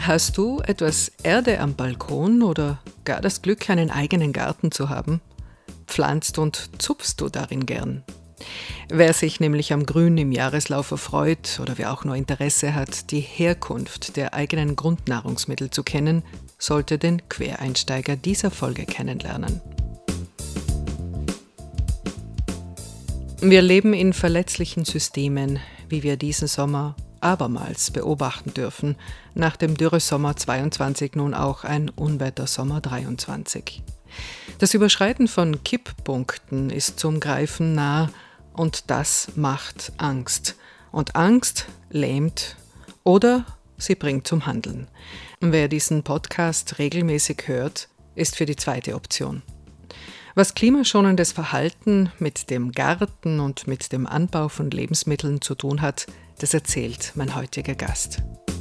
Hast du etwas Erde am Balkon oder gar das Glück, einen eigenen Garten zu haben? Pflanzt und zupfst du darin gern? Wer sich nämlich am Grün im Jahreslauf erfreut oder wer auch nur Interesse hat, die Herkunft der eigenen Grundnahrungsmittel zu kennen, sollte den Quereinsteiger dieser Folge kennenlernen. Wir leben in verletzlichen Systemen, wie wir diesen Sommer abermals beobachten dürfen, nach dem Dürresommer 22 nun auch ein Unwettersommer 23. Das Überschreiten von Kipppunkten ist zum Greifen nah und das macht Angst. Und Angst lähmt oder sie bringt zum Handeln. Wer diesen Podcast regelmäßig hört, ist für die zweite Option. Was klimaschonendes Verhalten mit dem Garten und mit dem Anbau von Lebensmitteln zu tun hat, das erzählt mein heutiger Gast.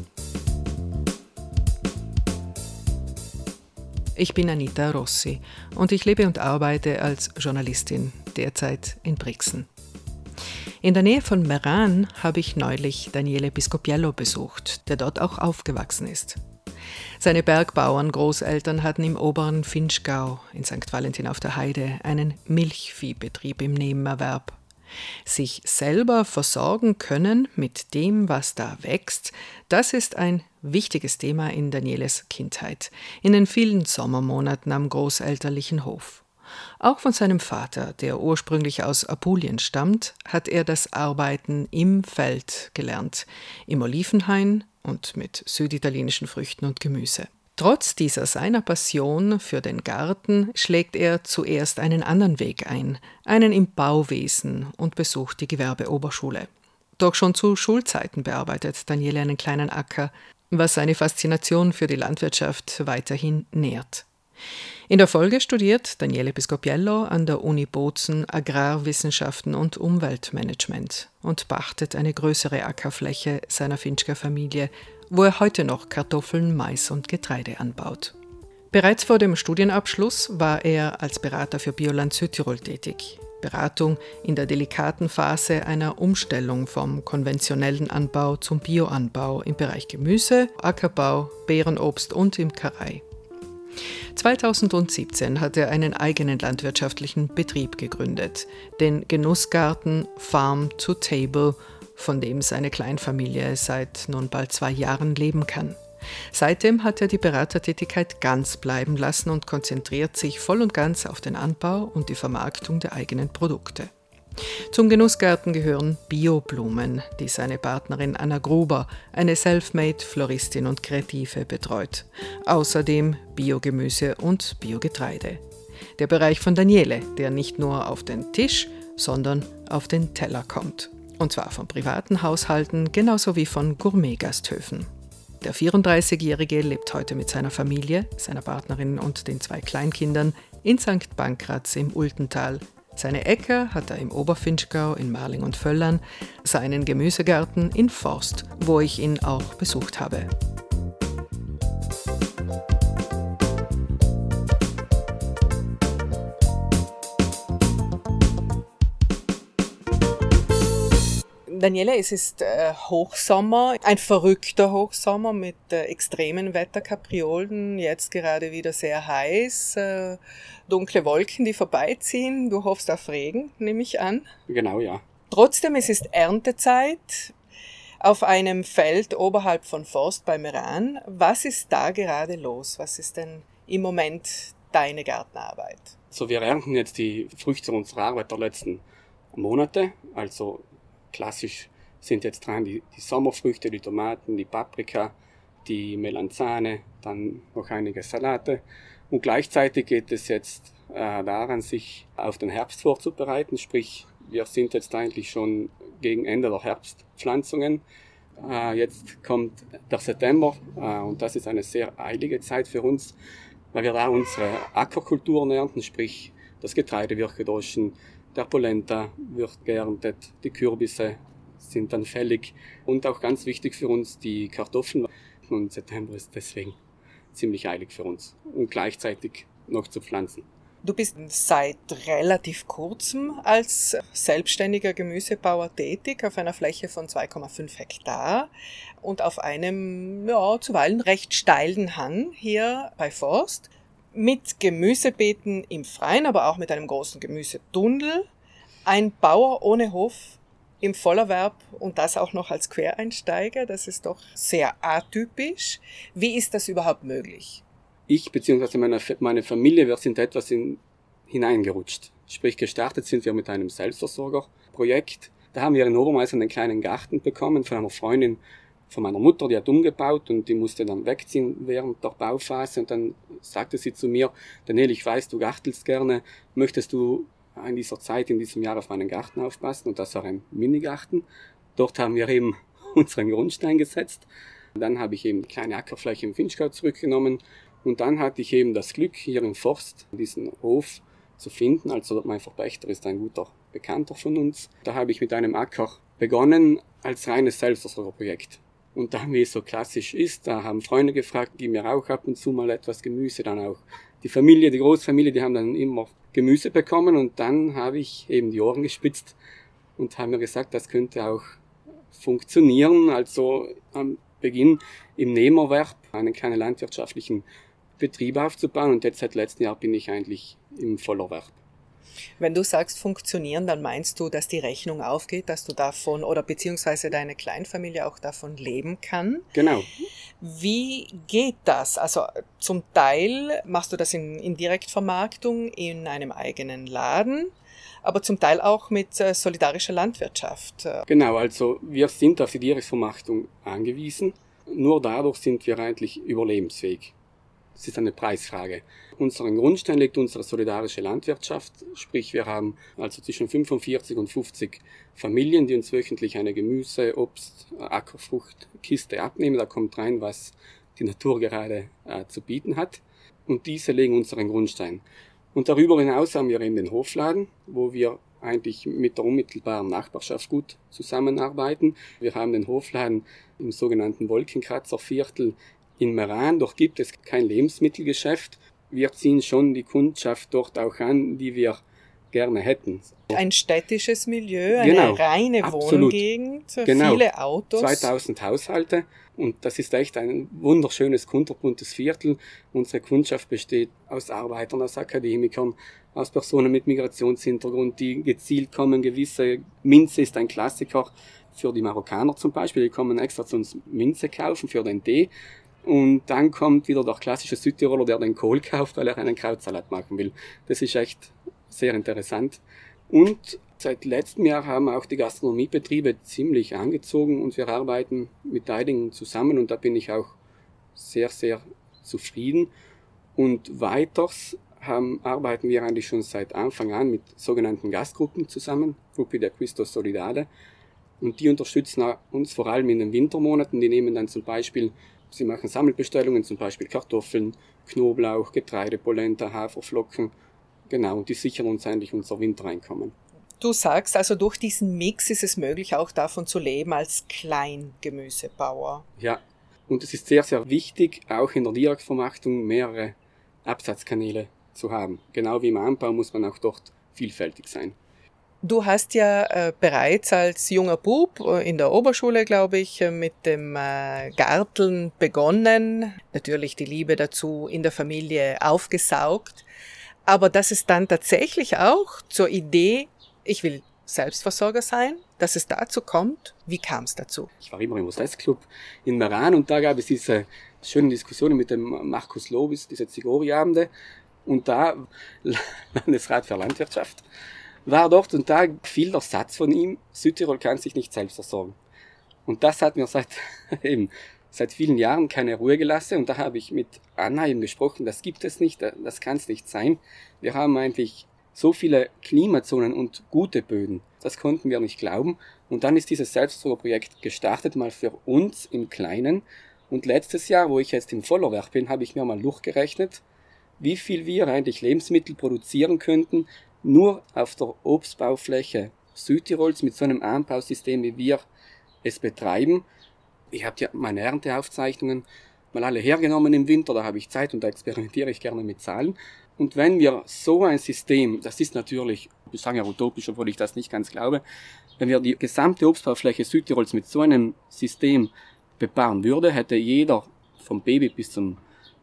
Ich bin Anita Rossi und ich lebe und arbeite als Journalistin, derzeit in Brixen. In der Nähe von Meran habe ich neulich Daniele Piscopiello besucht, der dort auch aufgewachsen ist. Seine Bergbauern-Großeltern hatten im oberen Vinschgau in St. Valentin auf der Heide einen Milchviehbetrieb im Nebenerwerb. Sich selber versorgen können mit dem, was da wächst, das ist ein wichtiges Thema in Danieles Kindheit, in den vielen Sommermonaten am großelterlichen Hof. Auch von seinem Vater, der ursprünglich aus Apulien stammt, hat er das Arbeiten im Feld gelernt, im Olivenhain und mit süditalienischen Früchten und Gemüse. Trotz dieser seiner Passion für den Garten schlägt er zuerst einen anderen Weg ein, einen im Bauwesen und besucht die Gewerbeoberschule. Doch schon zu Schulzeiten bearbeitet Daniele einen kleinen Acker, was seine Faszination für die Landwirtschaft weiterhin nährt. In der Folge studiert Daniele Piscopiello an der Uni Bozen Agrarwissenschaften und Umweltmanagement und pachtet eine größere Ackerfläche seiner Finchker Familie, wo er heute noch Kartoffeln, Mais und Getreide anbaut. Bereits vor dem Studienabschluss war er als Berater für Bioland Südtirol tätig. Beratung in der delikaten Phase einer Umstellung vom konventionellen Anbau zum Bioanbau im Bereich Gemüse, Ackerbau, Beerenobst und Imkerei. 2017 hat er einen eigenen landwirtschaftlichen Betrieb gegründet, den Genussgarten Farm to Table, von dem seine Kleinfamilie seit nun bald 2 Jahren leben kann. Seitdem hat er die Beratertätigkeit ganz bleiben lassen und konzentriert sich voll und ganz auf den Anbau und die Vermarktung der eigenen Produkte. Zum Genussgarten gehören Bioblumen, die seine Partnerin Anna Gruber, eine Selfmade-Floristin und Kreative, betreut. Außerdem Biogemüse und Biogetreide. Der Bereich von Daniele, der nicht nur auf den Tisch, sondern auf den Teller kommt. Und zwar von privaten Haushalten genauso wie von Gourmet-Gasthöfen. Der 34-Jährige lebt heute mit seiner Familie, seiner Partnerin und den 2 Kleinkindern in St. Pankraz im Ultental. Seine Äcker hat er im Oberfinchgau in Marling und Völlern, seinen Gemüsegarten in Forst, wo ich ihn auch besucht habe. Daniele, es ist Hochsommer, ein verrückter Hochsommer mit extremen Wetterkapriolen, jetzt gerade wieder sehr heiß, dunkle Wolken, die vorbeiziehen. Du hoffst auf Regen, nehme ich an. Genau, ja. Trotzdem, es ist Erntezeit auf einem Feld oberhalb von Forst bei Meran. Was ist da gerade los? Was ist denn im Moment deine Gartenarbeit? So, wir ernten jetzt die Früchte unserer Arbeit der letzten Monate, also klassisch sind jetzt dran die Sommerfrüchte, die Tomaten, die Paprika, die Melanzane, dann noch einige Salate. Und gleichzeitig geht es jetzt daran, sich auf den Herbst vorzubereiten. Sprich, wir sind jetzt eigentlich schon gegen Ende der Herbstpflanzungen. Jetzt kommt der September und das ist eine sehr eilige Zeit für uns, weil wir da unsere Ackerkulturen ernten, sprich das Getreide wird gedroschen, der Polenta wird geerntet, die Kürbisse sind dann fällig und auch ganz wichtig für uns die Kartoffeln. Und September ist deswegen ziemlich eilig für uns und gleichzeitig noch zu pflanzen. Du bist seit relativ kurzem als selbstständiger Gemüsebauer tätig auf einer Fläche von 2,5 Hektar und auf einem zuweilen recht steilen Hang hier bei Forst mit Gemüsebeeten im Freien, aber auch mit einem großen Gemüsetunnel. Ein Bauer ohne Hof im Vollerwerb und das auch noch als Quereinsteiger, das ist doch sehr atypisch. Wie ist das überhaupt möglich? Ich bzw. meine Familie, wir sind etwas hineingerutscht. Sprich, gestartet sind wir mit einem Selbstversorgerprojekt. Da haben wir in Obermeißen einen kleinen Garten bekommen von einer Freundin von meiner Mutter, die hat umgebaut und die musste dann wegziehen während der Bauphase. Und dann sagte sie zu mir, Daniel, ich weiß, du gartelst gerne, möchtest du in dieser Zeit, in diesem Jahr auf meinen Garten aufpassen? Und das war ein Minigarten. Dort haben wir eben unseren Grundstein gesetzt. Dann habe ich eben die kleine Ackerfläche im Vinschgau zurückgenommen. Und dann hatte ich eben das Glück, hier im Forst diesen Hof zu finden. Also mein Verpächter ist ein guter Bekannter von uns. Da habe ich mit einem Acker begonnen als reines Selbstversorgerprojekt. Und dann, wie es so klassisch ist, da haben Freunde gefragt, gib mir auch ab und zu mal etwas Gemüse. Dann auch die Familie, die Großfamilie, die haben dann immer Gemüse bekommen. Und dann habe ich eben die Ohren gespitzt und habe mir gesagt, das könnte auch funktionieren. Also am Beginn im Nebenerwerb einen kleinen landwirtschaftlichen Betrieb aufzubauen und jetzt seit letztem Jahr bin ich eigentlich im Vollerwerb. Wenn du sagst funktionieren, dann meinst du, dass die Rechnung aufgeht, dass du davon oder beziehungsweise deine Kleinfamilie auch davon leben kann? Genau. Wie geht das? Also zum Teil machst du das in Direktvermarktung in einem eigenen Laden, aber zum Teil auch mit solidarischer Landwirtschaft. Genau, also wir sind auf die Direktvermarktung angewiesen. Nur dadurch sind wir eigentlich überlebensfähig. Das ist eine Preisfrage. Unseren Grundstein legt unsere solidarische Landwirtschaft, sprich wir haben also zwischen 45 und 50 Familien, die uns wöchentlich eine Gemüse-, Obst-, Ackerfruchtkiste abnehmen. Da kommt rein, was die Natur gerade zu bieten hat. Und diese legen unseren Grundstein. Und darüber hinaus haben wir eben den Hofladen, wo wir eigentlich mit der unmittelbaren Nachbarschaft gut zusammenarbeiten. Wir haben den Hofladen im sogenannten Wolkenkratzerviertel in Meran. Dort gibt es kein Lebensmittelgeschäft. Wir ziehen schon die Kundschaft dort auch an, die wir gerne hätten. Ein städtisches Milieu, eine reine absolut. Wohngegend, viele Autos. 2000 Haushalte und das ist echt ein wunderschönes, kunterbuntes Viertel. Unsere Kundschaft besteht aus Arbeitern, aus Akademikern, aus Personen mit Migrationshintergrund, die gezielt kommen. Gewisse Minze ist ein Klassiker für die Marokkaner zum Beispiel. Die kommen extra zu uns Minze kaufen für den Tee. Und dann kommt wieder der klassische Südtiroler, der den Kohl kauft, weil er einen Krautsalat machen will. Das ist echt sehr interessant. Und seit letztem Jahr haben auch die Gastronomiebetriebe ziemlich angezogen und wir arbeiten mit einigen zusammen und da bin ich auch sehr, sehr zufrieden. Und weiters arbeiten wir eigentlich schon seit Anfang an mit sogenannten Gastgruppen zusammen, Gruppi de Acquisto Solidale. Und die unterstützen uns vor allem in den Wintermonaten. Die nehmen dann zum Beispiel, sie machen Sammelbestellungen, zum Beispiel Kartoffeln, Knoblauch, Getreide, Polenta, Haferflocken. Genau, und die sichern uns eigentlich unser Wintereinkommen. Du sagst, also durch diesen Mix ist es möglich, auch davon zu leben als Kleingemüsebauer. Ja, und es ist sehr, sehr wichtig, auch in der Direktvermarktung mehrere Absatzkanäle zu haben. Genau wie im Anbau muss man auch dort vielfältig sein. Du hast ja bereits als junger Bub in der Oberschule, glaube ich, mit dem Garteln begonnen. Natürlich die Liebe dazu in der Familie aufgesaugt. Aber dass es dann tatsächlich auch zur Idee, ich will Selbstversorger sein, dass es dazu kommt, wie kam es dazu? Ich war immer im Ostclub in Meran und da gab es diese schönen Diskussionen mit dem Markus Lobis, diese Zigori-Abende. Und da, Landesrat für Landwirtschaft, war dort und da fiel der Satz von ihm, Südtirol kann sich nicht selbst versorgen. Und das hat mir seit vielen Jahren keine Ruhe gelassen und da habe ich mit Anna eben gesprochen, das gibt es nicht, das kann es nicht sein. Wir haben eigentlich so viele Klimazonen und gute Böden, das konnten wir nicht glauben. Und dann ist dieses Selbstversorgerprojekt gestartet, mal für uns im Kleinen. Und letztes Jahr, wo ich jetzt im Vollerwerb bin, habe ich mir mal durchgerechnet, wie viel wir eigentlich Lebensmittel produzieren könnten, nur auf der Obstbaufläche Südtirols mit so einem Anbausystem, wie wir es betreiben. Ich habe ja meine Ernteaufzeichnungen mal alle hergenommen im Winter, da habe ich Zeit und da experimentiere ich gerne mit Zahlen. Und wenn wir so ein System, das ist natürlich, ich sage ja utopisch, obwohl ich das nicht ganz glaube, wenn wir die gesamte Obstbaufläche Südtirols mit so einem System bebauen würde, hätte jeder vom Baby bis zum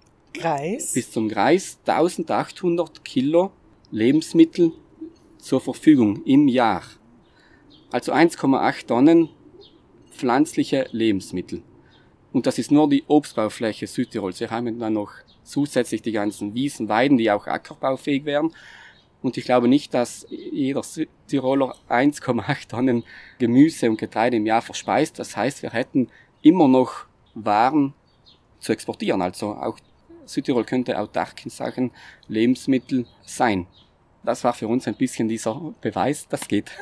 Greis 1800 Kilo Lebensmittel zur Verfügung im Jahr. Also 1,8 Tonnen pflanzliche Lebensmittel. Und das ist nur die Obstbaufläche Südtirols. Wir haben dann noch zusätzlich die ganzen Wiesen, Weiden, die auch ackerbaufähig wären. Und ich glaube nicht, dass jeder Südtiroler 1,8 Tonnen Gemüse und Getreide im Jahr verspeist. Das heißt, wir hätten immer noch Waren zu exportieren. Also auch Südtirol könnte autark in Sachen Lebensmittel sein. Das war für uns ein bisschen dieser Beweis, das geht.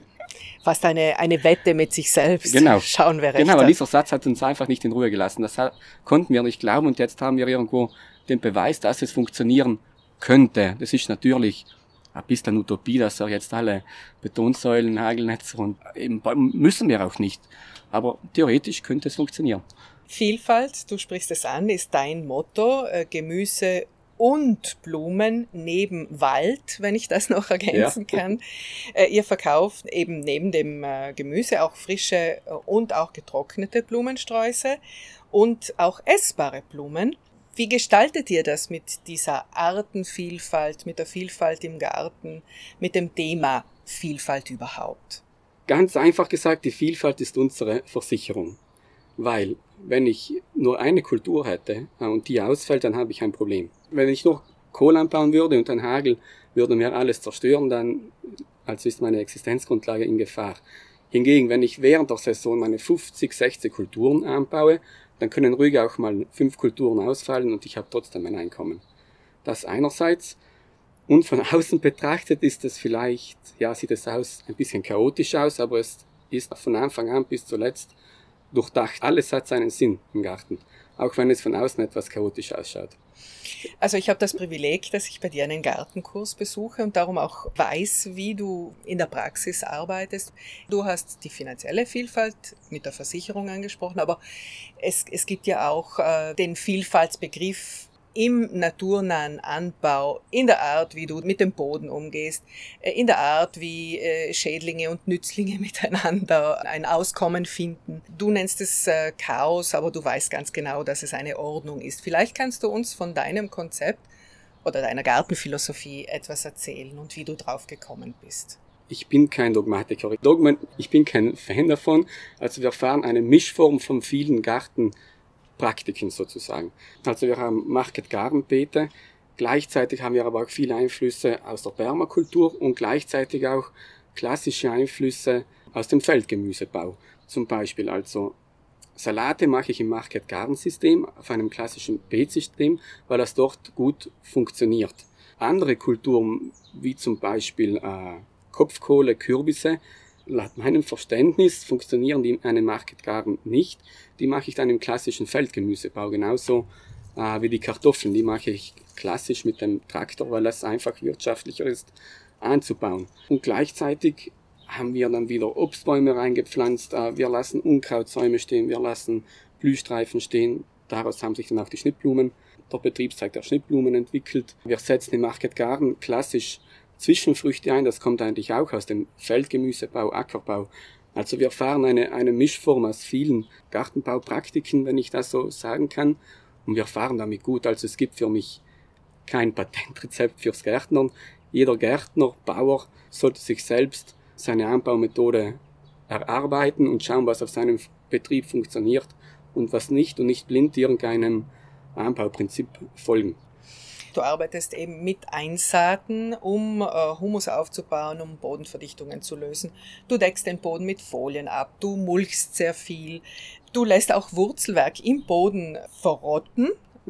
Fast eine Wette mit sich selbst. Genau. Schauen wir recht. Genau, aber dieser Satz hat uns einfach nicht in Ruhe gelassen. Das konnten wir nicht glauben und jetzt haben wir irgendwo den Beweis, dass es funktionieren könnte. Das ist natürlich ein bisschen Utopie, dass wir jetzt alle Betonsäulen, Hagelnetze und eben müssen wir auch nicht. Aber theoretisch könnte es funktionieren. Vielfalt, du sprichst es an, ist dein Motto. Gemüse und Blumen neben Wald, wenn ich das noch ergänzen kann. Ihr verkauft eben neben dem Gemüse auch frische und auch getrocknete Blumensträuße und auch essbare Blumen. Wie gestaltet ihr das mit dieser Artenvielfalt, mit der Vielfalt im Garten, mit dem Thema Vielfalt überhaupt? Ganz einfach gesagt, die Vielfalt ist unsere Versicherung. Weil, wenn ich nur eine Kultur hätte und die ausfällt, dann habe ich ein Problem. Wenn ich nur Kohl anbauen würde und ein Hagel würde mir alles zerstören, dann also ist meine Existenzgrundlage in Gefahr. Hingegen, wenn ich während der Saison meine 50, 60 Kulturen anbaue, dann können ruhig auch mal 5 Kulturen ausfallen und ich habe trotzdem ein Einkommen. Das einerseits. Und von außen betrachtet ist es vielleicht, sieht es ein bisschen chaotisch aus, aber es ist von Anfang an bis zuletzt durchdacht. Alles hat seinen Sinn im Garten, auch wenn es von außen etwas chaotisch ausschaut. Also ich habe das Privileg, dass ich bei dir einen Gartenkurs besuche und darum auch weiß, wie du in der Praxis arbeitest. Du hast die finanzielle Vielfalt mit der Versicherung angesprochen, aber es gibt ja auch den Vielfaltsbegriff im naturnahen Anbau, in der Art, wie du mit dem Boden umgehst, in der Art, wie Schädlinge und Nützlinge miteinander ein Auskommen finden. Du nennst es Chaos, aber du weißt ganz genau, dass es eine Ordnung ist. Vielleicht kannst du uns von deinem Konzept oder deiner Gartenphilosophie etwas erzählen und wie du drauf gekommen bist. Ich bin kein Dogmatiker. Ich bin kein Fan davon. Also wir fahren eine Mischform von vielen Gartenpraktiken sozusagen. Also wir haben Market-Garden-Beete, gleichzeitig haben wir aber auch viele Einflüsse aus der Permakultur und gleichzeitig auch klassische Einflüsse aus dem Feldgemüsebau. Zum Beispiel also Salate mache ich im Market-Garden-System auf einem klassischen Beetsystem, weil das dort gut funktioniert. Andere Kulturen, wie zum Beispiel Kopfkohle, Kürbisse, laut meinem Verständnis funktionieren die in einem Market Garden nicht. Die mache ich dann im klassischen Feldgemüsebau, genauso wie die Kartoffeln. Die mache ich klassisch mit dem Traktor, weil das einfach wirtschaftlicher ist anzubauen. Und gleichzeitig haben wir dann wieder Obstbäume reingepflanzt. Wir lassen Unkrautsäume stehen, wir lassen Blühstreifen stehen. Daraus haben sich dann auch die Schnittblumen, der Betriebszweig der Schnittblumen entwickelt. Wir setzen im Market Garden klassisch Zwischenfrüchte ein, das kommt eigentlich auch aus dem Feldgemüsebau, Ackerbau. Also wir fahren eine Mischform aus vielen Gartenbaupraktiken, wenn ich das so sagen kann, und wir fahren damit gut. Also es gibt für mich kein Patentrezept fürs Gärtnern. Jeder Gärtner, Bauer sollte sich selbst seine Anbaumethode erarbeiten und schauen, was auf seinem Betrieb funktioniert und was nicht, und nicht blind irgendeinem Anbauprinzip folgen. Du arbeitest eben mit Einsaaten, um Humus aufzubauen, um Bodenverdichtungen zu lösen. Du deckst den Boden mit Folien ab, du mulchst sehr viel. Du lässt auch Wurzelwerk im Boden verrotten,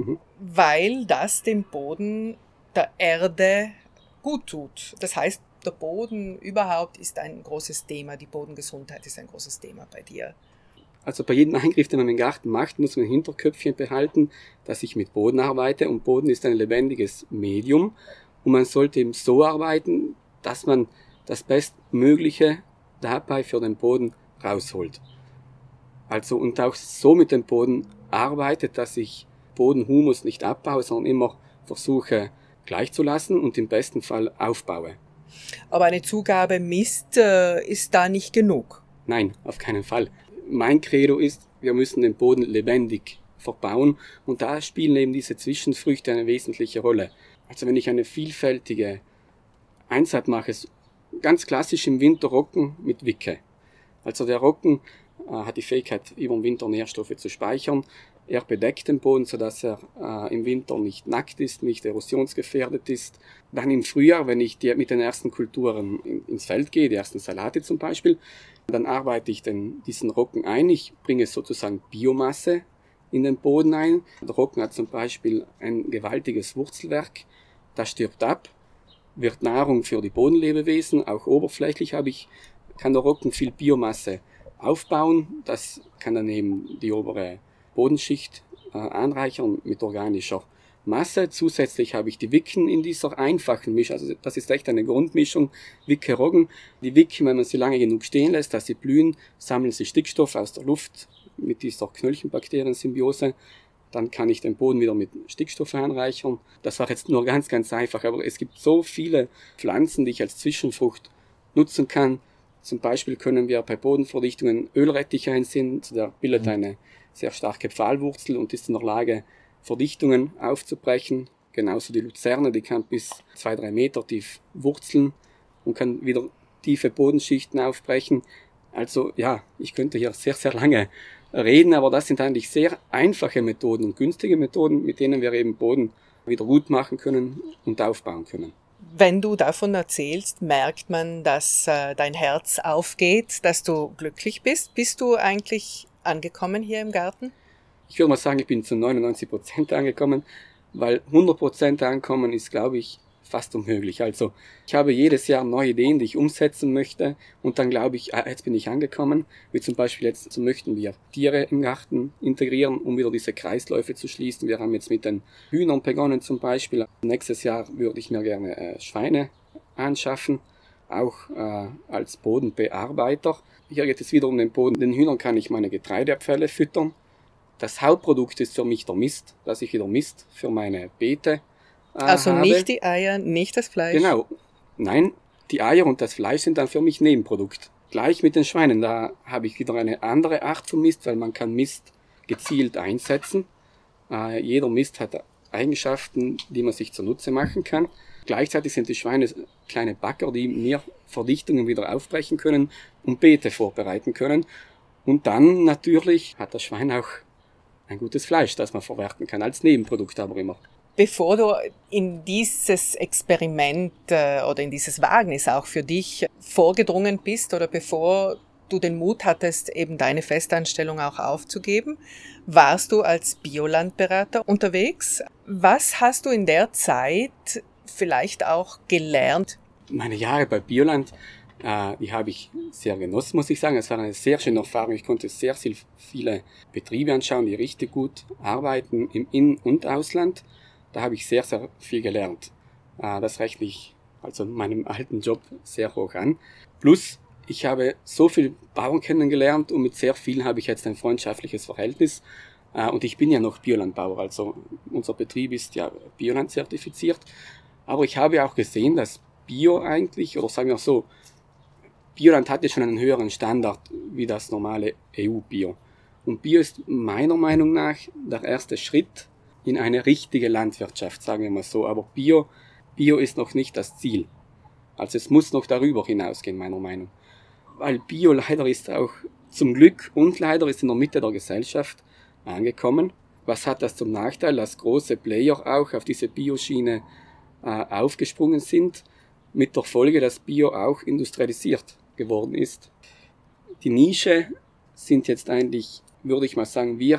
weil das dem Boden, der Erde gut tut. Das heißt, der Boden überhaupt ist ein großes Thema, die Bodengesundheit ist ein großes Thema bei dir. Also bei jedem Eingriff, den man im Garten macht, muss man im Hinterköpfchen behalten, dass ich mit Boden arbeite, und Boden ist ein lebendiges Medium und man sollte eben so arbeiten, dass man das Bestmögliche dabei für den Boden rausholt. Also und auch so mit dem Boden arbeitet, dass ich Bodenhumus nicht abbaue, sondern immer versuche gleich zu lassen und im besten Fall aufbaue. Aber eine Zugabe Mist ist da nicht genug. Nein, auf keinen Fall. Mein Credo ist, wir müssen den Boden lebendig verbauen und da spielen eben diese Zwischenfrüchte eine wesentliche Rolle. Also wenn ich eine vielfältige Einsaat mache, ganz klassisch im Winter Roggen mit Wicke. Also der Roggen hat die Fähigkeit, über den Winter Nährstoffe zu speichern. Er bedeckt den Boden, sodass er im Winter nicht nackt ist, nicht erosionsgefährdet ist. Dann im Frühjahr, wenn ich mit den ersten Kulturen ins Feld gehe, die ersten Salate zum Beispiel, dann arbeite ich diesen Roggen ein. Ich bringe sozusagen Biomasse in den Boden ein. Der Roggen hat zum Beispiel ein gewaltiges Wurzelwerk, das stirbt ab, wird Nahrung für die Bodenlebewesen, auch oberflächlich kann der Roggen viel Biomasse aufbauen. Das kann dann eben die obere Bodenschicht anreichern mit organischer Masse. Zusätzlich habe ich die Wicken in dieser einfachen Mischung. Also das ist echt eine Grundmischung, Wicke-Roggen. Die Wicken, wenn man sie lange genug stehen lässt, dass sie blühen, sammeln sie Stickstoff aus der Luft mit dieser Knöllchenbakterien-Symbiose. Dann kann ich den Boden wieder mit Stickstoff anreichern. Das war jetzt nur ganz, ganz einfach. Aber es gibt so viele Pflanzen, die ich als Zwischenfrucht nutzen kann. Zum Beispiel können wir bei Bodenverdichtungen Ölrettich einsehen. Der bildet eine sehr starke Pfahlwurzel und ist in der Lage, Verdichtungen aufzubrechen. Genauso die Luzerne, die kann bis 2-3 Meter tief wurzeln und kann wieder tiefe Bodenschichten aufbrechen. Also ja, ich könnte hier sehr, sehr lange reden, aber das sind eigentlich sehr einfache Methoden und günstige Methoden, mit denen wir eben Boden wieder gut machen können und aufbauen können. Wenn du davon erzählst, merkt man, dass dein Herz aufgeht, dass du glücklich bist. Bist du eigentlich angekommen hier im Garten? Ich würde mal sagen, ich bin zu 99% angekommen, weil 100% ankommen ist, glaube ich, fast unmöglich. Also ich habe jedes Jahr neue Ideen, die ich umsetzen möchte und dann glaube ich, jetzt bin ich angekommen. Wie zum Beispiel jetzt möchten wir Tiere im Garten integrieren, um wieder diese Kreisläufe zu schließen. Wir haben jetzt mit den Hühnern begonnen zum Beispiel. Nächstes Jahr würde ich mir gerne Schweine anschaffen, auch als Bodenbearbeiter. Hier geht es wieder um den Boden. Den Hühnern kann ich meine Getreideabfälle füttern. Das Hauptprodukt ist für mich der Mist, dass ich wieder Mist für meine Beete also habe. Nicht die Eier, nicht das Fleisch? Genau. Nein, die Eier und das Fleisch sind dann für mich Nebenprodukt. Gleich mit den Schweinen, da habe ich wieder eine andere Art von Mist, weil man kann Mist gezielt einsetzen. Jeder Mist hat Eigenschaften, die man sich zunutze machen kann. Gleichzeitig sind die Schweine kleine Bagger, die mir Verdichtungen wieder aufbrechen können und Beete vorbereiten können. Und dann natürlich hat das Schwein auch ein gutes Fleisch, das man verwerten kann, als Nebenprodukt aber immer. Bevor du in dieses Experiment oder in dieses Wagnis auch für dich vorgedrungen bist oder bevor du den Mut hattest, eben deine Festanstellung auch aufzugeben, warst du als Biolandberater unterwegs. Was hast du in der Zeit vielleicht auch gelernt? Meine Jahre bei Bioland, die habe ich sehr genossen, muss ich sagen. Es war eine sehr schöne Erfahrung. Ich konnte sehr viele Betriebe anschauen, die richtig gut arbeiten im In- und Ausland. Da habe ich sehr, sehr viel gelernt. Das rechne ich also meinem alten Job sehr hoch an. Plus, ich habe so viele Bauern kennengelernt und mit sehr vielen habe ich jetzt ein freundschaftliches Verhältnis. Und ich bin ja noch Biolandbauer, also unser Betrieb ist ja Bioland zertifiziert. Aber ich habe auch gesehen, dass Bio eigentlich, oder sagen wir so, Bioland hat ja schon einen höheren Standard wie das normale EU-Bio. Und Bio ist meiner Meinung nach der erste Schritt in eine richtige Landwirtschaft, sagen wir mal so. Aber Bio ist noch nicht das Ziel. Also es muss noch darüber hinausgehen, meiner Meinung. Weil Bio leider ist auch zum Glück und leider ist in der Mitte der Gesellschaft angekommen. Was hat das zum Nachteil, dass große Player auch auf diese Bioschiene aufgesprungen sind, mit der Folge, dass Bio auch industrialisiert geworden ist. Die Nische sind jetzt eigentlich, würde ich mal sagen, wir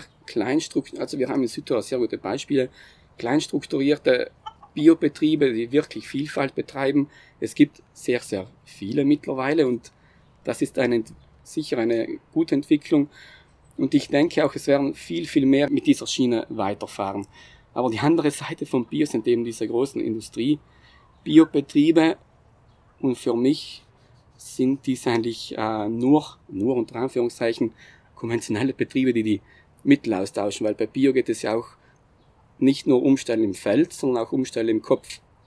haben in Südtirol sehr gute Beispiele, kleinstrukturierte Biobetriebe, die wirklich Vielfalt betreiben. Es gibt sehr, sehr viele mittlerweile und das ist sicher eine gute Entwicklung. Und ich denke auch, es werden viel, viel mehr mit dieser Schiene weiterfahren. Aber die andere Seite von Bio sind eben diese großen Industrie-Biobetriebe. Und für mich sind dies eigentlich nur unter Anführungszeichen konventionelle Betriebe, die Mittel austauschen. Weil bei Bio geht es ja auch nicht nur Umstellen im Feld, sondern auch Umstellen im Kopf.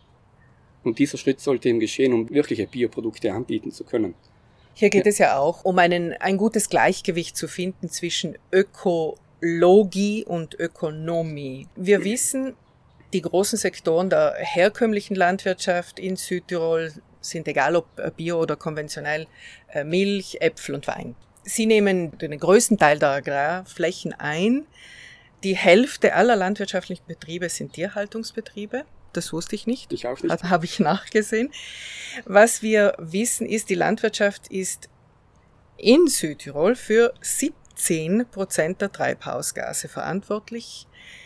Und dieser Schritt sollte eben geschehen, um wirkliche Bioprodukte anbieten zu können. Hier geht es ja auch um ein gutes Gleichgewicht zu finden zwischen Ökologie und Ökonomie. Wir wissen, die großen Sektoren der herkömmlichen Landwirtschaft in Südtirol sind, egal ob bio oder konventionell, Milch, Äpfel und Wein. Sie nehmen den größten Teil der Agrarflächen ein. Die Hälfte aller landwirtschaftlichen Betriebe sind Tierhaltungsbetriebe. Das wusste ich nicht. Ich auch nicht. Habe ich nachgesehen. Was wir wissen ist, die Landwirtschaft ist in Südtirol für 17% der Treibhausgase verantwortlich.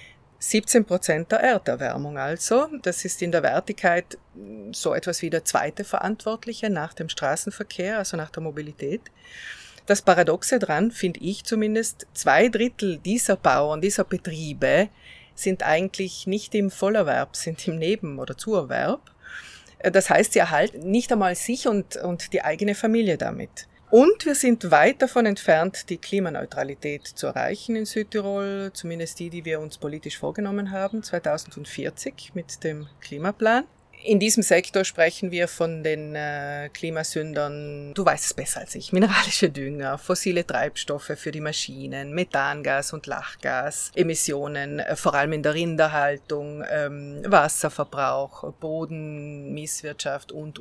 17% der Erderwärmung also. Das ist in der Wertigkeit so etwas wie der zweite Verantwortliche nach dem Straßenverkehr, also nach der Mobilität. Das Paradoxe dran, finde ich zumindest, 2/3 dieser Bauern, dieser Betriebe sind eigentlich nicht im Vollerwerb, sind im Neben- oder Zuerwerb. Das heißt, sie erhalten nicht einmal sich und die eigene Familie damit. Und wir sind weit davon entfernt, die Klimaneutralität zu erreichen in Südtirol, zumindest die wir uns politisch vorgenommen haben, 2040 mit dem Klimaplan. In diesem Sektor sprechen wir von den Klimasündern, du weißt es besser als ich, mineralische Dünger, fossile Treibstoffe für die Maschinen, Methangas und Lachgas, Emissionen, vor allem in der Rinderhaltung, Wasserverbrauch, Bodenmisswirtschaft und.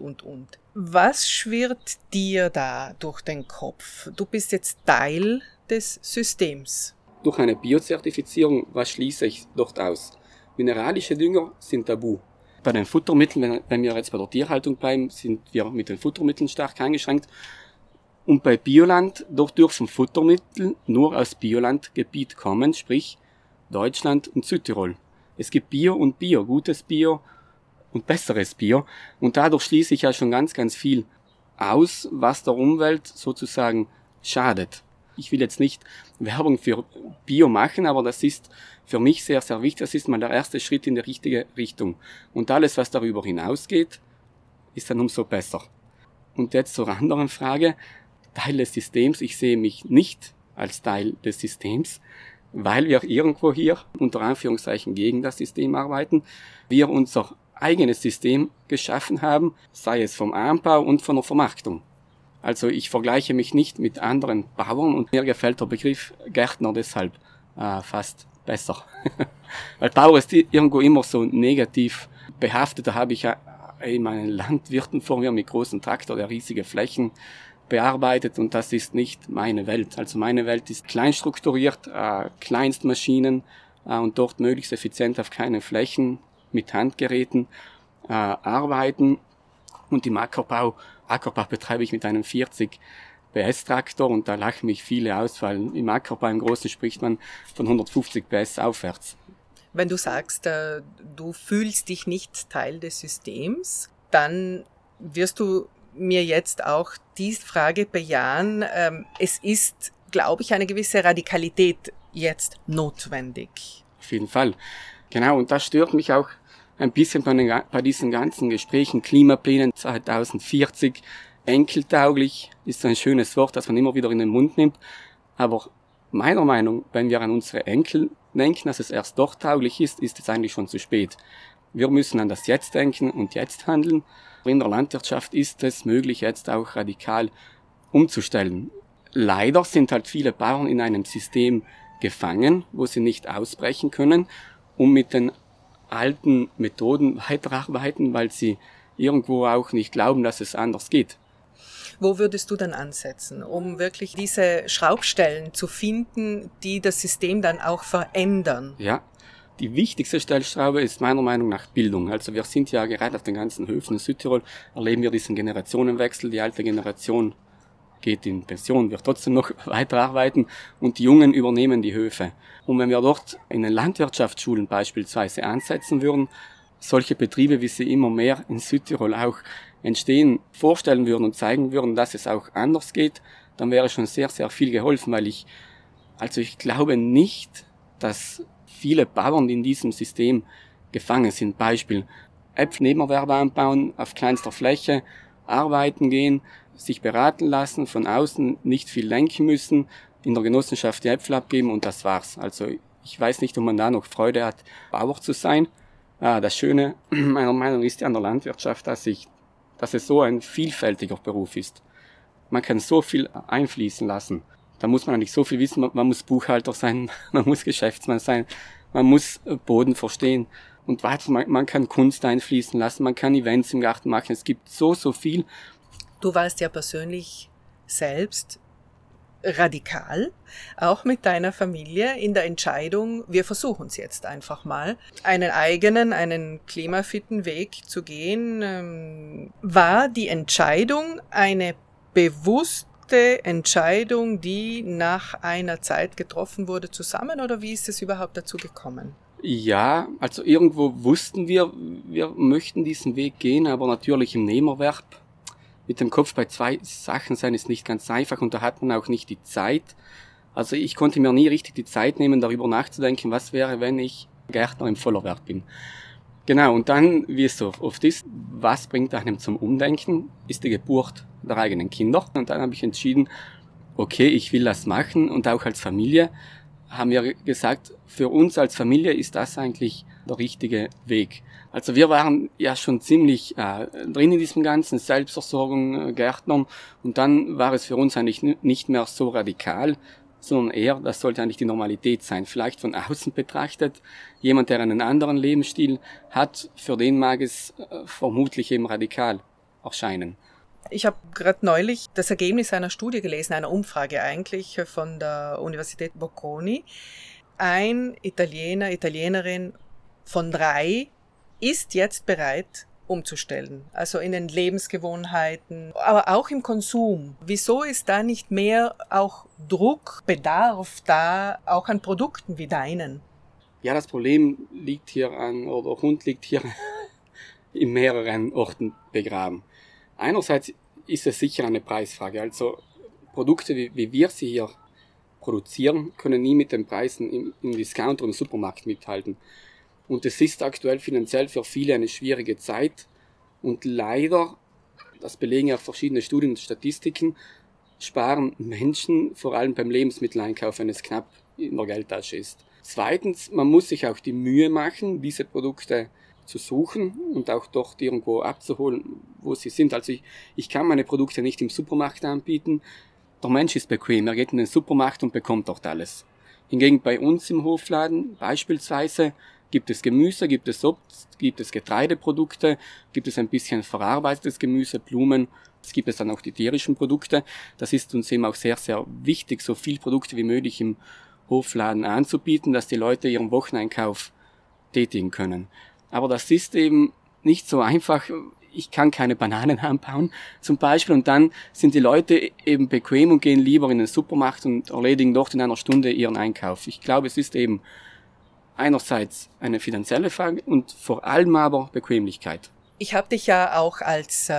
Was schwirrt dir da durch den Kopf? Du bist jetzt Teil des Systems. Durch eine Biozertifizierung, was schließe ich dort aus? Mineralische Dünger sind tabu. Bei den Futtermitteln, wenn wir jetzt bei der Tierhaltung bleiben, sind wir mit den Futtermitteln stark eingeschränkt. Und bei Bioland, dort dürfen Futtermittel nur aus Biolandgebiet kommen, sprich Deutschland und Südtirol. Es gibt Bio und Bio, gutes Bio und besseres Bio. Und dadurch schließe ich ja schon ganz, ganz viel aus, was der Umwelt sozusagen schadet. Ich will jetzt nicht Werbung für Bio machen, aber das ist für mich sehr, sehr wichtig. Das ist mal der erste Schritt in die richtige Richtung. Und alles, was darüber hinausgeht, ist dann umso besser. Und jetzt zur anderen Frage. Teil des Systems. Ich sehe mich nicht als Teil des Systems, weil wir irgendwo hier unter Anführungszeichen gegen das System arbeiten. Wir unser eigenes System geschaffen haben, sei es vom Anbau und von der Vermarktung. Also ich vergleiche mich nicht mit anderen Bauern und mir gefällt der Begriff Gärtner deshalb fast besser. Weil Bauer ist irgendwo immer so negativ behaftet. Da habe ich ja meinen Landwirten vor mir mit großem Traktor, der riesige Flächen bearbeitet, und das ist nicht meine Welt. Also meine Welt ist klein strukturiert, Kleinstmaschinen und dort möglichst effizient auf kleinen Flächen mit Handgeräten arbeiten. Und im Ackerbau betreibe ich mit einem 40 PS Traktor, und da lachen mich viele aus, weil im Ackerbau im Großen spricht man von 150 PS aufwärts. Wenn du sagst, du fühlst dich nicht Teil des Systems, dann wirst du mir jetzt auch die Frage bejahen. Es ist, glaube ich, eine gewisse Radikalität jetzt notwendig. Auf jeden Fall. Genau, und das stört mich auch ein bisschen bei diesen ganzen Gesprächen. Klimaplänen 2040, enkeltauglich ist so ein schönes Wort, das man immer wieder in den Mund nimmt. Aber meiner Meinung nach, wenn wir an unsere Enkel denken, dass es erst doch tauglich ist, ist es eigentlich schon zu spät. Wir müssen an das Jetzt denken und jetzt handeln. In der Landwirtschaft ist es möglich, jetzt auch radikal umzustellen. Leider sind halt viele Bauern in einem System gefangen, wo sie nicht ausbrechen können, um mit den alten Methoden weiterarbeiten, weil sie irgendwo auch nicht glauben, dass es anders geht. Wo würdest du dann ansetzen, um wirklich diese Schraubstellen zu finden, die das System dann auch verändern? Ja, die wichtigste Stellschraube ist meiner Meinung nach Bildung. Also wir sind ja gerade auf den ganzen Höfen in Südtirol, erleben wir diesen Generationenwechsel. Die alte Generation geht in Pension, wird trotzdem noch weiterarbeiten, und die Jungen übernehmen die Höfe. Und wenn wir dort in den Landwirtschaftsschulen beispielsweise ansetzen würden, solche Betriebe, wie sie immer mehr in Südtirol auch entstehen, vorstellen würden und zeigen würden, dass es auch anders geht, dann wäre schon sehr, sehr viel geholfen, weil ich glaube nicht, dass viele Bauern in diesem System gefangen sind. Beispiel, Äpfel Nebenerwerbe anbauen, auf kleinster Fläche, arbeiten gehen, sich beraten lassen, von außen nicht viel lenken müssen, in der Genossenschaft die Äpfel abgeben und das war's. Also ich weiß nicht, ob man da noch Freude hat, Bauer zu sein. Das Schöne meiner Meinung nach ist an der Landwirtschaft, dass es so ein vielfältiger Beruf ist. Man kann so viel einfließen lassen. Da muss man eigentlich so viel wissen. Man muss Buchhalter sein, man muss Geschäftsmann sein, man muss Boden verstehen. Und weiter, man kann Kunst einfließen lassen, man kann Events im Garten machen. Es gibt so viel. Du warst ja persönlich selbst radikal, auch mit deiner Familie in der Entscheidung, wir versuchen es jetzt einfach mal, einen klimafitten Weg zu gehen. War die Entscheidung eine bewusste Entscheidung, die nach einer Zeit getroffen wurde, zusammen, oder wie ist es überhaupt dazu gekommen? Ja, also irgendwo wussten wir möchten diesen Weg gehen, aber natürlich im Nebenerwerb. Mit dem Kopf bei 2 Sachen sein ist nicht ganz einfach und da hat man auch nicht die Zeit. Also ich konnte mir nie richtig die Zeit nehmen, darüber nachzudenken, was wäre, wenn ich Gärtner im Vollerwerb bin. Genau, und dann, wie es so oft ist, was bringt einem zum Umdenken, ist die Geburt der eigenen Kinder. Und dann habe ich entschieden, okay, ich will das machen, und auch als Familie haben wir gesagt, für uns als Familie ist das eigentlich der richtige Weg. Also wir waren ja schon ziemlich drin in diesem ganzen Selbstversorgung, Gärtnern, und dann war es für uns eigentlich nicht mehr so radikal, sondern eher, das sollte eigentlich die Normalität sein. Vielleicht von außen betrachtet, jemand, der einen anderen Lebensstil hat, für den mag es vermutlich eben radikal erscheinen. Ich habe gerade neulich das Ergebnis einer Studie gelesen, einer Umfrage eigentlich von der Universität Bocconi. Ein Italiener, Italienerin von 3 ist jetzt bereit, umzustellen. Also in den Lebensgewohnheiten, aber auch im Konsum. Wieso ist da nicht mehr auch Druck, Bedarf da, auch an Produkten wie deinen? Ja, das Problem liegt hier der Hund liegt hier in mehreren Orten begraben. Einerseits ist es sicher eine Preisfrage. Also Produkte, wie wir sie hier produzieren, können nie mit den Preisen im Discounter, im Supermarkt mithalten. Und es ist aktuell finanziell für viele eine schwierige Zeit. Und leider, das belegen ja verschiedene Studien und Statistiken, sparen Menschen vor allem beim Lebensmitteleinkauf, wenn es knapp in der Geldtasche ist. Zweitens, man muss sich auch die Mühe machen, diese Produkte zu suchen und auch dort irgendwo abzuholen, wo sie sind. Also ich kann meine Produkte nicht im Supermarkt anbieten. Der Mensch ist bequem, er geht in den Supermarkt und bekommt dort alles. Hingegen bei uns im Hofladen beispielsweise gibt es Gemüse, gibt es Obst, gibt es Getreideprodukte, gibt es ein bisschen verarbeitetes Gemüse, Blumen, es gibt es dann auch die tierischen Produkte. Das ist uns eben auch sehr, sehr wichtig, so viel Produkte wie möglich im Hofladen anzubieten, dass die Leute ihren Wocheneinkauf tätigen können. Aber das ist eben nicht so einfach. Ich kann keine Bananen anbauen zum Beispiel, und dann sind die Leute eben bequem und gehen lieber in den Supermarkt und erledigen dort in einer Stunde ihren Einkauf. Ich glaube, es ist eben einerseits eine finanzielle Frage und vor allem aber Bequemlichkeit. Ich habe dich ja auch als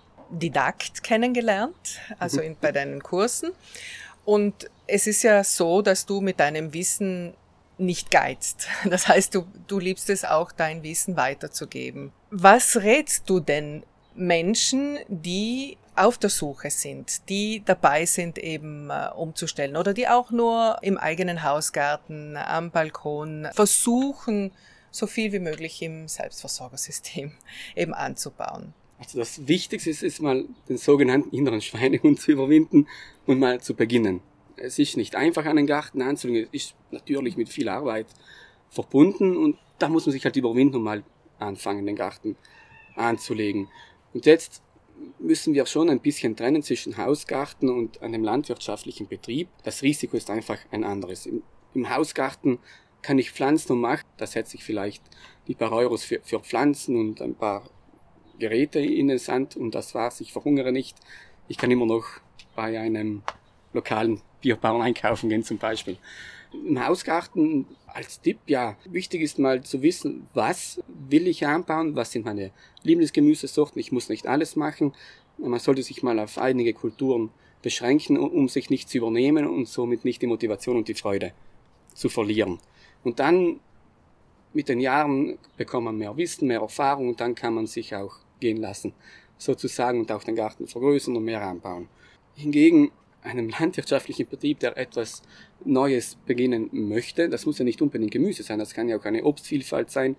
Didakt kennengelernt, also bei deinen Kursen. Und es ist ja so, dass du mit deinem Wissen nicht geizt. Das heißt, du liebst es auch, dein Wissen weiterzugeben. Was rätst du denn Menschen, die auf der Suche sind, die dabei sind, eben umzustellen, oder die auch nur im eigenen Hausgarten, am Balkon versuchen, so viel wie möglich im Selbstversorgersystem eben anzubauen? Also das Wichtigste ist mal, den sogenannten inneren Schweinehund zu überwinden und mal zu beginnen. Es ist nicht einfach, einen Garten anzulegen. Es ist natürlich mit viel Arbeit verbunden, und da muss man sich halt überwinden und mal anfangen, den Garten anzulegen. Und jetzt müssen wir schon ein bisschen trennen zwischen Hausgarten und einem landwirtschaftlichen Betrieb. Das Risiko ist einfach ein anderes. Im Hausgarten kann ich pflanzen und machen. Da setze ich vielleicht die paar Euros für Pflanzen und ein paar Geräte in den Sand, und das war's. Ich verhungere nicht. Ich kann immer noch bei einem lokalen Biobauern einkaufen gehen zum Beispiel. Im Hausgarten als Tipp, ja, wichtig ist mal zu wissen, was will ich anbauen, was sind meine Lieblingsgemüsesorten. Ich muss nicht alles machen. Man sollte sich mal auf einige Kulturen beschränken, um sich nicht zu übernehmen und somit nicht die Motivation und die Freude zu verlieren. Und dann mit den Jahren bekommt man mehr Wissen, mehr Erfahrung, und dann kann man sich auch gehen lassen, sozusagen, und auch den Garten vergrößern und mehr anbauen. Hingegen einem landwirtschaftlichen Betrieb, der etwas Neues beginnen möchte, das muss ja nicht unbedingt Gemüse sein, das kann ja auch eine Obstvielfalt sein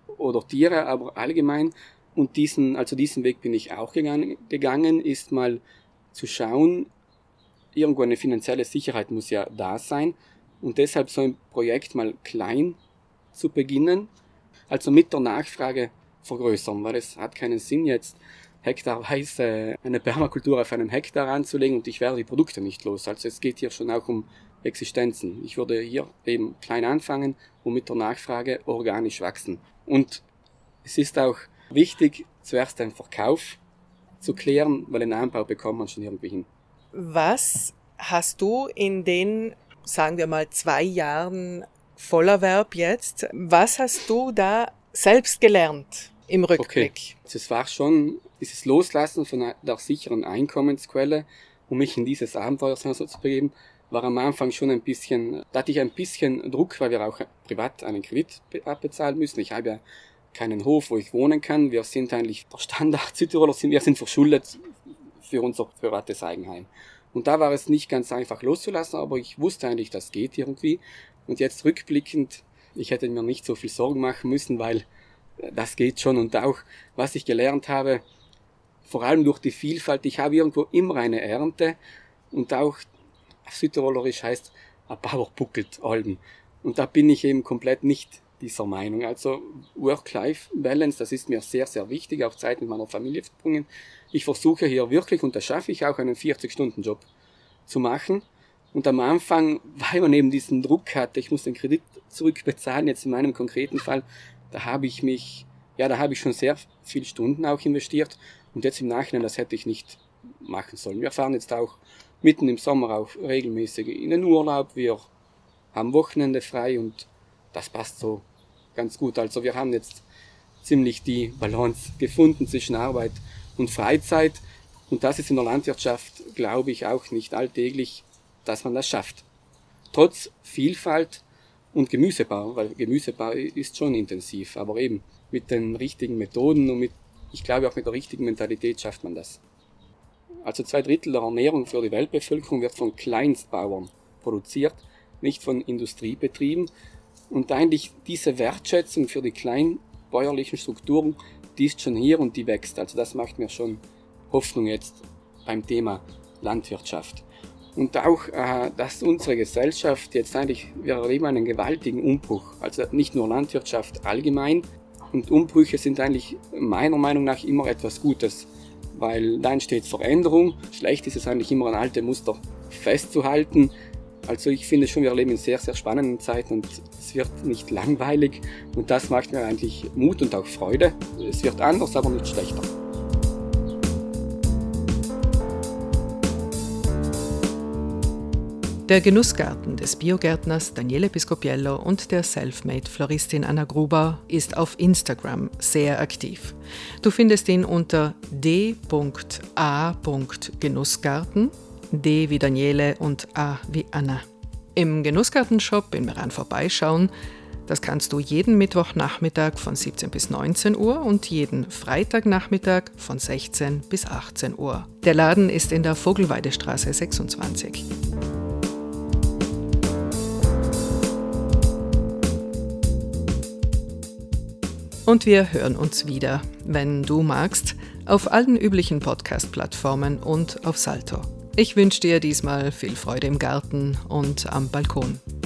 oder Tiere, aber allgemein. Und diesen Weg bin ich auch gegangen, ist mal zu schauen, irgendwo eine finanzielle Sicherheit muss ja da sein und deshalb so ein Projekt mal klein zu beginnen, also mit der Nachfrage vergrößern, weil es hat keinen Sinn jetzt hektarweise eine Permakultur auf einem Hektar anzulegen und ich werde die Produkte nicht los. Also es geht hier schon auch um Existenzen. Ich würde hier eben klein anfangen und mit der Nachfrage organisch wachsen. Und es ist auch wichtig, zuerst den Verkauf zu klären, weil den Anbau bekommt man schon irgendwie hin. Was hast du in den, sagen wir mal, 2 Jahren Vollerwerb jetzt, was hast du da selbst gelernt im Rückblick? Okay. Es war schon dieses Loslassen von der sicheren Einkommensquelle, um mich in dieses Abenteuer so zu begeben, war am Anfang schon da hatte ich ein bisschen Druck, weil wir auch privat einen Kredit abbezahlen müssen. Ich habe ja keinen Hof, wo ich wohnen kann. Wir sind eigentlich der Standard Südtiroler, wir sind verschuldet für unser privates Eigenheim. Und da war es nicht ganz einfach loszulassen, aber ich wusste eigentlich, das geht irgendwie. Und jetzt rückblickend, ich hätte mir nicht so viel Sorgen machen müssen, weil das geht schon. Und auch, was ich gelernt habe, vor allem durch die Vielfalt, ich habe irgendwo immer eine Ernte und auch Südtirolerisch heißt, ein Bauer buckelt Alben. Und da bin ich eben komplett nicht dieser Meinung. Also Work-Life-Balance, das ist mir sehr, sehr wichtig, auch Zeit mit meiner Familie verbringen. Ich versuche hier wirklich, und das schaffe ich auch, einen 40-Stunden-Job zu machen. Und am Anfang, weil man eben diesen Druck hatte, ich muss den Kredit zurückbezahlen, jetzt in meinem konkreten Fall, da habe ich schon sehr viele Stunden auch investiert. Und jetzt im Nachhinein, das hätte ich nicht machen sollen. Wir fahren jetzt auch mitten im Sommer auch regelmäßig in den Urlaub. Wir haben Wochenende frei und das passt so ganz gut. Also wir haben jetzt ziemlich die Balance gefunden zwischen Arbeit und Freizeit. Und das ist in der Landwirtschaft, glaube ich, auch nicht alltäglich, dass man das schafft. Trotz Vielfalt und Gemüsebau, weil Gemüsebau ist schon intensiv, aber eben mit den richtigen Methoden und ich glaube auch mit der richtigen Mentalität schafft man das. Also 2/3 der Ernährung für die Weltbevölkerung wird von Kleinstbauern produziert, nicht von Industriebetrieben. Und eigentlich diese Wertschätzung für die kleinbäuerlichen Strukturen, die ist schon hier und die wächst. Also das macht mir schon Hoffnung jetzt beim Thema Landwirtschaft. Und auch, dass unsere Gesellschaft jetzt eigentlich, wir erleben einen gewaltigen Umbruch. Also nicht nur Landwirtschaft allgemein. Und Umbrüche sind eigentlich meiner Meinung nach immer etwas Gutes. Weil da entsteht Veränderung. Schlecht ist es eigentlich immer an alte Muster festzuhalten. Also ich finde schon, wir leben in sehr, sehr spannenden Zeiten und es wird nicht langweilig. Und das macht mir eigentlich Mut und auch Freude. Es wird anders, aber nicht schlechter. Der Genussgarten des Biogärtners Daniele Piscopiello und der Selfmade-Floristin Anna Gruber ist auf Instagram sehr aktiv. Du findest ihn unter d.a.genussgarten, D wie Daniele und A wie Anna. Im Genussgartenshop in Meran vorbeischauen, das kannst du jeden Mittwochnachmittag von 17 bis 19 Uhr und jeden Freitagnachmittag von 16 bis 18 Uhr. Der Laden ist in der Vogelweidestraße 26. Und wir hören uns wieder, wenn du magst, auf allen üblichen Podcast-Plattformen und auf Salto. Ich wünsche dir diesmal viel Freude im Garten und am Balkon.